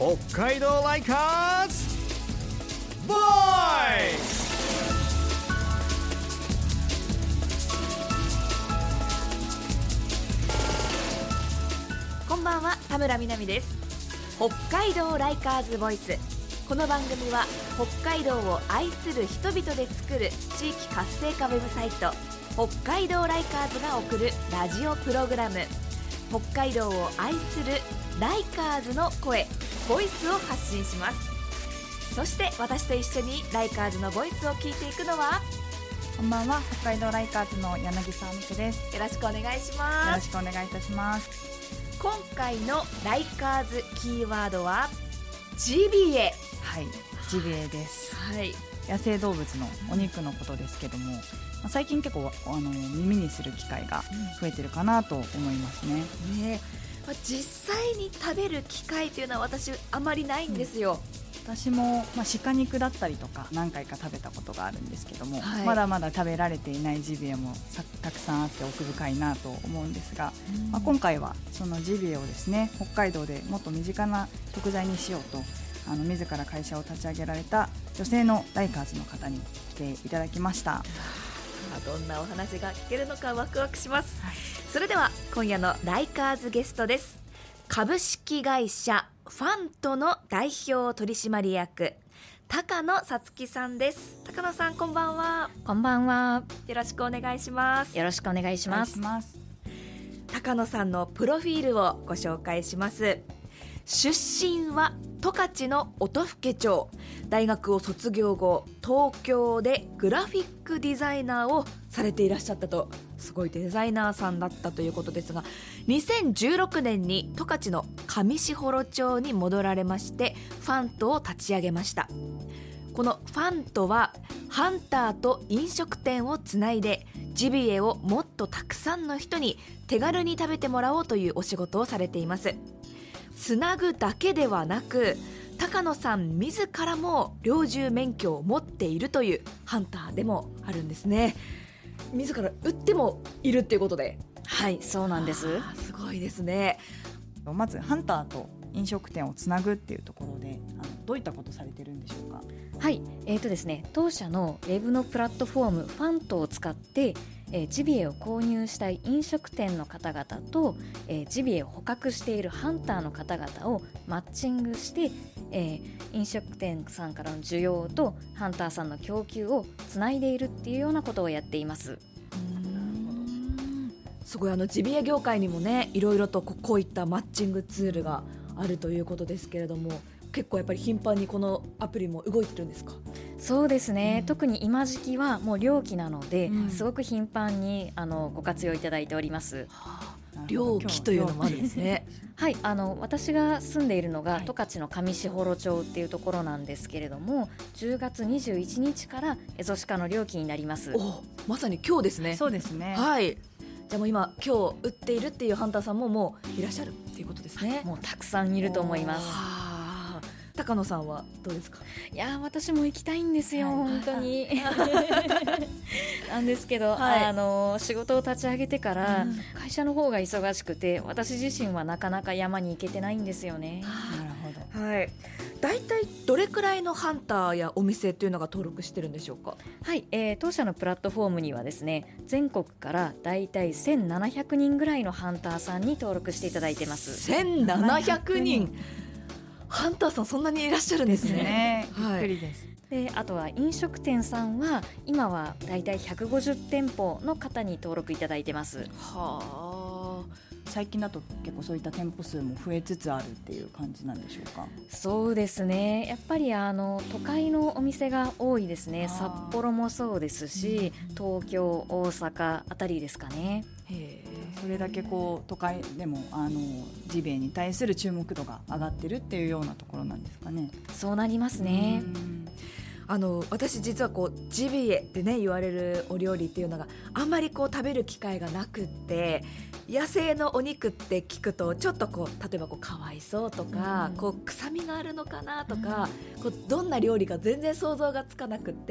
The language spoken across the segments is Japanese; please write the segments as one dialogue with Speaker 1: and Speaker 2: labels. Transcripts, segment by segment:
Speaker 1: 北海道ライカーズボイス。
Speaker 2: こんばんは、田村みな実です。北海道ライカーズボイス。この番組は北海道を愛する人々で作る地域活性化ウェブサイト北海道ライカーズが送るラジオプログラム。北海道を愛するライカーズの声、ボイスを発信します。そして私と一緒にライカーズのボイスを聞いていくのは、
Speaker 3: こんばんは、北海道ライカーズの柳沢美久です。
Speaker 2: よろしくお願いし
Speaker 3: よろ
Speaker 2: ます。
Speaker 3: しくお願いいたします。
Speaker 2: 今回のライカーズキーワードはジビエ。
Speaker 3: はい、ジビエです。
Speaker 2: はい、
Speaker 3: 野生動物のお肉のことですけども、最近結構耳にする機会が増えてるかなと思いますね。
Speaker 2: 実際に食べる機会というのは私あまりないんですよ。
Speaker 3: 私も、鹿肉だったりとか何回か食べたことがあるんですけども、
Speaker 2: はい、
Speaker 3: まだまだ食べられていないジビエもたくさんあって奥深いなと思うんですが、今回はそのジビエをですね、北海道でもっと身近な食材にしようと自ら会社を立ち上げられた女性のライカーズの方に来ていただきました。
Speaker 2: どんなお話が聞けるのかワクワクします、
Speaker 3: はい、
Speaker 2: それでは今夜のライカーズゲストです。株式会社ファントの代表取締役高野さつきさんです。高野さん、こんばんは。
Speaker 4: こんばんは。
Speaker 2: よろしくお願いします。
Speaker 4: よろしくお願いします。
Speaker 2: 高野さんのプロフィールをご紹介します。出身は十勝の音更町。大学を卒業後、東京でグラフィックデザイナーをされていらっしゃったと。すごいデザイナーさんだったということですが、2016年に十勝の上士幌町に戻られまして、ファントを立ち上げました。このファントはハンターと飲食店をつないで、ジビエをもっとたくさんの人に手軽に食べてもらおうというお仕事をされています。つなぐだけではなく、高野さん自らも猟銃免許を持っているというハンターでもあるんですね。自ら撃ってもいるっていうことで。
Speaker 4: はい、そうなんです。
Speaker 2: すごいですね。
Speaker 3: まずハンターと飲食店をつなぐっていうところでどういったことされてるんでしょうか。
Speaker 4: はい、ですね、当社のウェブのプラットフォームファントを使って、ジビエを購入したい飲食店の方々と、ジビエを捕獲しているハンターの方々をマッチングして、飲食店さんからの需要とハンターさんの供給をつないでいるっていうようなことをやっています。
Speaker 2: すごいジビエ業界にもね、いろいろとこういったマッチングツールがあるということですけれども、結構やっぱり頻繁にこのアプリも動いてるんですか。
Speaker 4: そうですね、特に今時期はもう漁期なので、すごく頻繁にご活用いただいております。
Speaker 2: 漁期というのもあるんですね。
Speaker 4: はい、私が住んでいるのが十勝の上士幌町っていうところなんですけれども、10月21日からエゾシカの漁期になります。
Speaker 2: まさに今日ですね。
Speaker 3: そうですね。
Speaker 2: はい、じゃあもう今日売っているっていうハンターさんももういらっしゃるっていうことですね。
Speaker 4: もうたくさんいると思います。
Speaker 2: 高野さんはどうですか。
Speaker 4: いや、私も行きたいんですよ、本当になんですけど、仕事を立ち上げてから会社の方が忙しくて、私自身はなかなか山に行けてないんですよね。
Speaker 3: なるほど。
Speaker 2: はい、だいたいどれくらいのハンターやお店というのが登録してるんでしょうか。
Speaker 4: はい、当社のプラットフォームにはですね、全国からだいたい1700人ぐらいのハンターさんに登録していただいてます。
Speaker 2: 1700人。ハンターさんそんなにいらっしゃるんですね。
Speaker 3: びっくりです。
Speaker 4: で、あとは飲食店さんは今はだいたい150店舗の方に登録いただいてます。
Speaker 3: 最近だと結構そういった店舗数も増えつつあるっていう感じなんでしょうか。
Speaker 4: そうですね、やっぱり都会のお店が多いですね。札幌もそうですし、東京、大阪あたりですかね。
Speaker 3: それだけ都会でもジビエに対する注目度が上がってるっていうようなところなんですかね。
Speaker 4: そうなりますね。
Speaker 2: 私実はジビエってね言われるお料理っていうのがあんまり食べる機会がなくって、野生のお肉って聞くとちょっと例えばかわいそうとか、臭みがあるのかなとか、どんな料理か全然想像がつかなくって、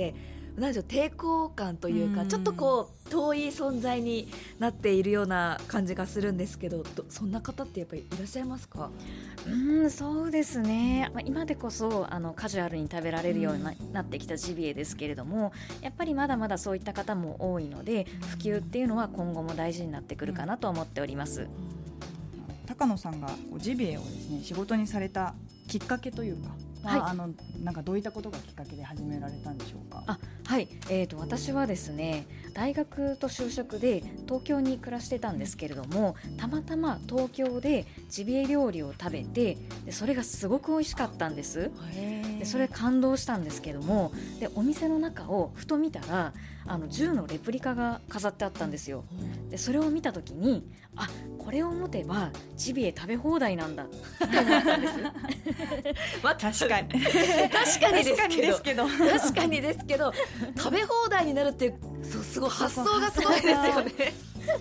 Speaker 2: なんでしょう、抵抗感というか、ちょっとこう遠い存在になっているような感じがするんですけど、そんな方ってやっぱりいらっしゃいますか？
Speaker 4: そうですね、今でこそカジュアルに食べられるようになってきたジビエですけれども、やっぱりまだまだそういった方も多いので、普及っていうのは今後も大事になってくるかなと思っております。
Speaker 3: 高野さんがジビエをですね仕事にされたきっかけというか、なんかどういったことがきっかけで始められたんでしょうか？
Speaker 4: はい、私はですね、大学と就職で東京に暮らしてたんですけれども、たまたま東京でジビエ料理を食べて、でそれがすごく美味しかったんです。でそれ感動したんですけども、でお店の中をふと見たら銃のレプリカが飾ってあったんですよ。でそれを見た時に、これを持てばジビエ食べ放題なんだって思ったんです
Speaker 3: 確かに
Speaker 2: 確かにですけど
Speaker 3: 確かに
Speaker 2: ですけど食べ放題になるっていうすごい発想がすごいですよね。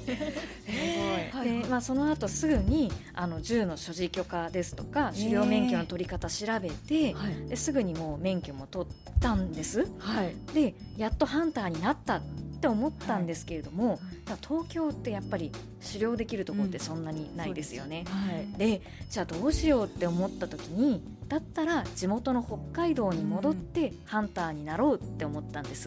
Speaker 4: でその後すぐに銃の所持許可ですとか狩猟免許の取り方調べて、ですぐにもう免許も取ったんです、でやっとハンターになったって思ったんですけれども、東京ってやっぱり狩猟できるところってそんなにないですよね。でじゃあどうしようって思った時に、だったら地元の北海道に戻ってハンターになろうって思ったんです。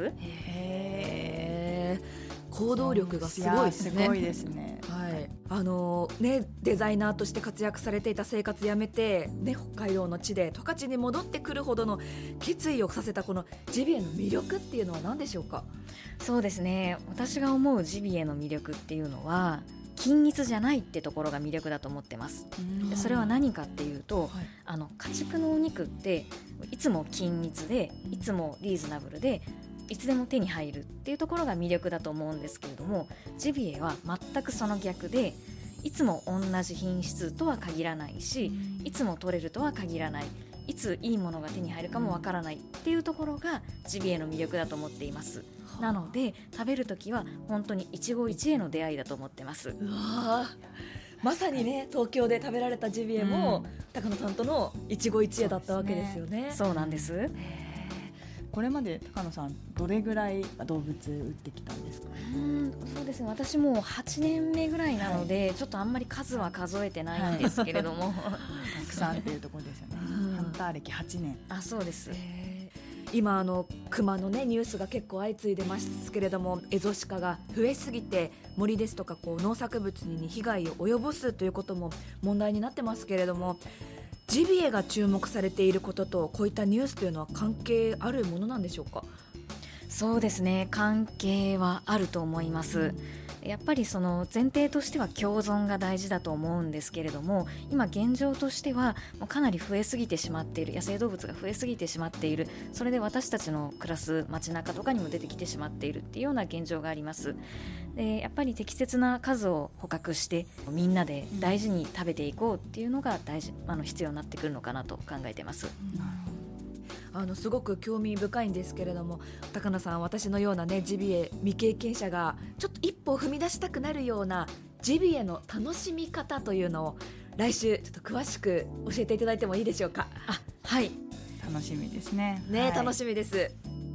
Speaker 2: 行動力がすごいですね。
Speaker 3: すごいですね。
Speaker 2: デザイナーとして活躍されていた生活やめて、北海道の地で十勝に戻ってくるほどの決意をさせたこのジビエの魅力っていうのは何でしょうか？
Speaker 4: そうですね、私が思うジビエの魅力っていうのは均一じゃないってところが魅力だと思ってます。でそれは何かっていうと、家畜のお肉っていつも均一で、いつもリーズナブルで、いつでも手に入るっていうところが魅力だと思うんですけれども、ジビエは全くその逆で、いつも同じ品質とは限らないし、いつも取れるとは限らない、いついいものが手に入るかもわからないっていうところがジビエの魅力だと思っています。なので食べるときは本当に一期一会の出会いだと思ってます。
Speaker 2: まさにね、東京で食べられたジビエも、高野さんとの一期一会だったわけですよね。
Speaker 4: そうなんです。
Speaker 3: これまで高野さんどれぐらい動物売ってきたんですか？
Speaker 4: そうですね、私もう8年目ぐらいなので、ちょっとあんまり数は数えてないんですけれども、
Speaker 3: たくさんっていうところですよね。ハンター歴8年。
Speaker 4: そうです。
Speaker 2: 今熊のニュースが結構相次いでますけれども、エゾシカが増えすぎて森ですとか農作物に被害を及ぼすということも問題になってますけれども、ジビエが注目されていることとこういったニュースというのは関係あるものなんでしょうか？
Speaker 4: そうですね、関係はあると思います。やっぱりその前提としては共存が大事だと思うんですけれども、今現状としてはもうかなり増えすぎてしまっている、野生動物が増えすぎてしまっている、それで私たちの暮らす街中とかにも出てきてしまっているっていうような現状があります。でやっぱり適切な数を捕獲してみんなで大事に食べていこうっていうのが必要になってくるのかなと考えています。
Speaker 2: すごく興味深いんですけれども、高野さん、私のようなジビエ未経験者がちょっと一歩踏み出したくなるようなジビエの楽しみ方というのを来週ちょっと詳しく教えていただいてもいいでしょうか？
Speaker 3: はい、楽しみですね。
Speaker 2: 楽しみです。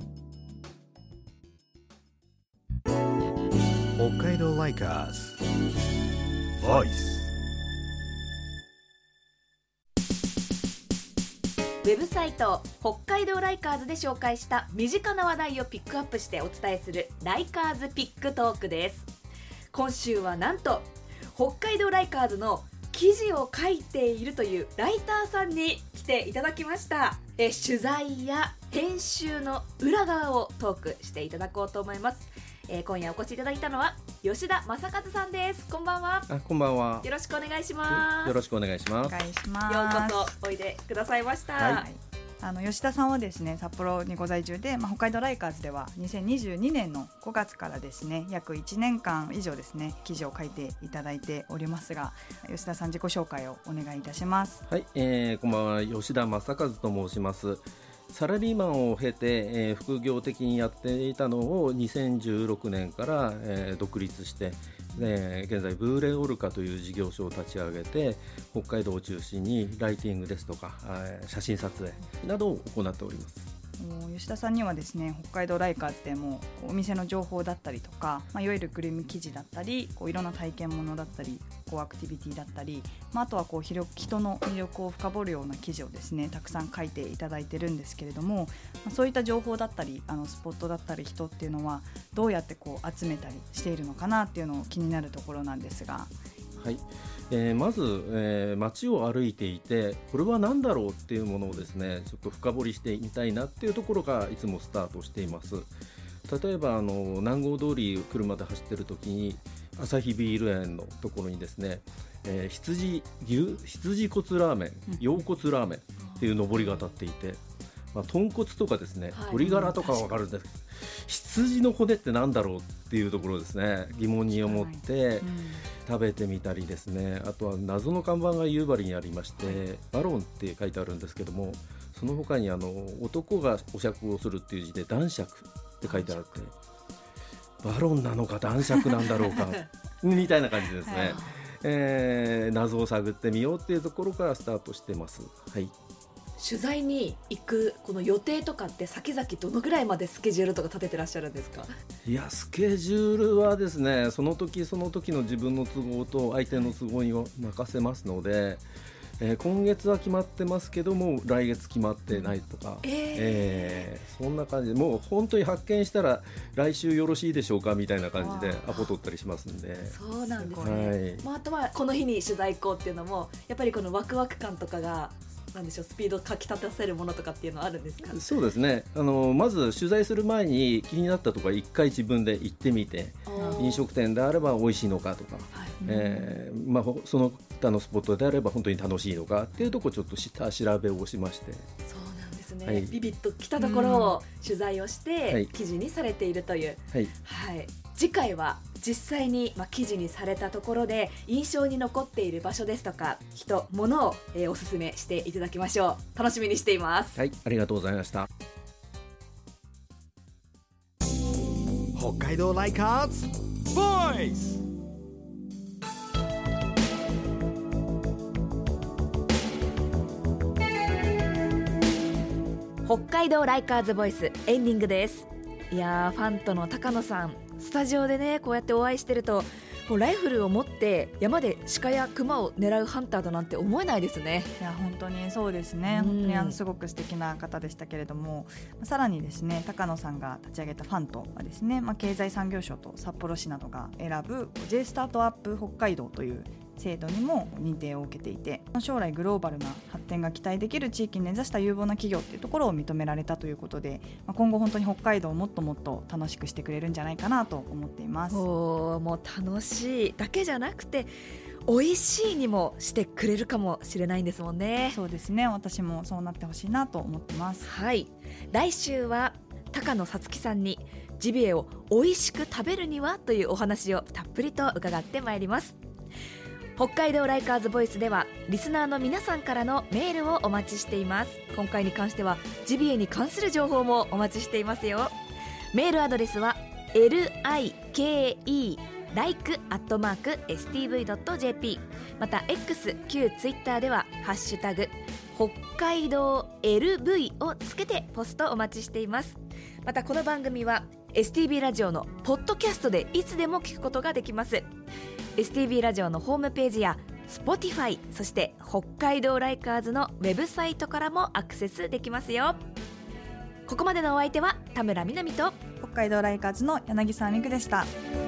Speaker 1: 北海道ライカーズボイス。
Speaker 2: ウェブサイト北海道ライカーズで紹介した身近な話題をピックアップしてお伝えするライカーズピックトークです。今週はなんと北海道ライカーズの記事を書いているというライターさんに来ていただきました。取材や編集の裏側をトークしていただこうと思います。今夜お越しいただいたのは吉田正和さんです。こんばんは。
Speaker 5: こんばんは。
Speaker 2: よろしくお願いします。
Speaker 5: よろしくお願いします。
Speaker 3: お願いします。
Speaker 2: ようこそおいでくださいました。
Speaker 3: 吉田さんはですね、札幌にご在住で、北海道ライカーズでは2022年の5月からですね、約1年間以上ですね、記事を書いていただいておりますが、吉田さん自己紹介をお願いいたします。
Speaker 5: はい、こんばんは。吉田正和と申します。サラリーマンを経て、副業的にやっていたのを2016年から、独立して、現在ブーレオルカという事業所を立ち上げて、北海道を中心にライティングですとか写真撮影などを行っております。
Speaker 3: 吉田さんにはですね、北海道ライカーズでもお店の情報だったりとか、いわゆるグルメ記事だったり、いろんな体験ものだったり、アクティビティだったり、あとは人の魅力を深掘るような記事をですね、たくさん書いていただいてるんですけれども、そういった情報だったりスポットだったり人っていうのはどうやって集めたりしているのかなっていうのを気になるところなんですが。
Speaker 5: はい、まず、街を歩いていてこれは何だろうっていうものをですね、ちょっと深掘りしてみたいなっていうところがいつもスタートしています。例えば南郷通り車で走ってる時にアサヒビール園のところにですね、羊骨ラーメン、羊骨ラーメンっていう上りが立っていて、豚骨とかですね、鶏ガラとかは分かるんですけど、羊の骨って何だろうっていうところですね、疑問に思って食べてみたりですね、あとは謎の看板が夕張にありまして、バロンって書いてあるんですけども、その他に男がお酌をするっていう字で男爵って書いてあって、バロンなのか男爵なんだろうかみたいな感じですね、謎を探ってみようっていうところからスタートしてます。はい、
Speaker 2: 取材に行くこの予定とかって先々どのぐらいまでスケジュールとか立ててらっしゃるんですか？
Speaker 5: いや、スケジュールはですね、その時その時の自分の都合と相手の都合に任せますので、今月は決まってますけども来月決まってないとか、そんな感じで、もう本当に発見したら来週よろしいでしょうかみたいな感じでアポ取ったりしますんで。
Speaker 2: そうなんですね、あとはこの日に取材行こうっていうのもやっぱりこのワクワク感とかがなんでしょう、スピードをかき立たせるものとかっていうのはあるんですか？そうですね、
Speaker 5: まず取材する前に気になったところは一回自分で行ってみて、飲食店であれば美味しいのかとか、その他のスポットであれば本当に楽しいのかっていうところちょっと下調べをしまして。
Speaker 2: そうなんですね、ビビッと来たところを取材をして記事にされているという、次回は実際に記事にされたところで印象に残っている場所ですとか人、物をおすすめしていただきましょう。楽しみにしています。
Speaker 5: はい、ありがとうございました。
Speaker 1: 北海道ライカーズボイス。
Speaker 2: 北海道ライカーズボイスエンディングです。いやー、ファンとの高野さん、スタジオでねこうやってお会いしてると、もうライフルを持って山で鹿や熊を狙うハンターだなんて思えないですね。
Speaker 3: いや本当にそうですね、本当にすごく素敵な方でしたけれども、さらにですね、高野さんが立ち上げたファントはですね、経済産業省と札幌市などが選ぶ J スタートアップ北海道という制度にも認定を受けていて、将来グローバルな発展が期待できる地域に根ざした有望な企業っていうところを認められたということで、今後本当に北海道をもっともっと楽しくしてくれるんじゃないかなと思っています。
Speaker 2: もう楽しいだけじゃなくて美味しいにもしてくれるかもしれないんですもんね。
Speaker 3: そうですね、私もそうなってほしいなと思ってます。
Speaker 2: はい、来週は高野さつきさんにジビエを美味しく食べるにはというお話をたっぷりと伺ってまいります。北海道ライカーズボイスではリスナーの皆さんからのメールをお待ちしています。今回に関してはジビエに関する情報もお待ちしていますよ。メールアドレスは like@stv.jp、 また X 旧 Twitter ではハッシュタグ北海道 LV をつけてポストお待ちしています。またこの番組は STV ラジオのポッドキャストでいつでも聞くことができます。STV ラジオのホームページや Spotify、 そして北海道ライカーズのウェブサイトからもアクセスできますよ。ここまでのお相手は田村みなみと
Speaker 3: 北海道ライカーズの柳沢美久でした。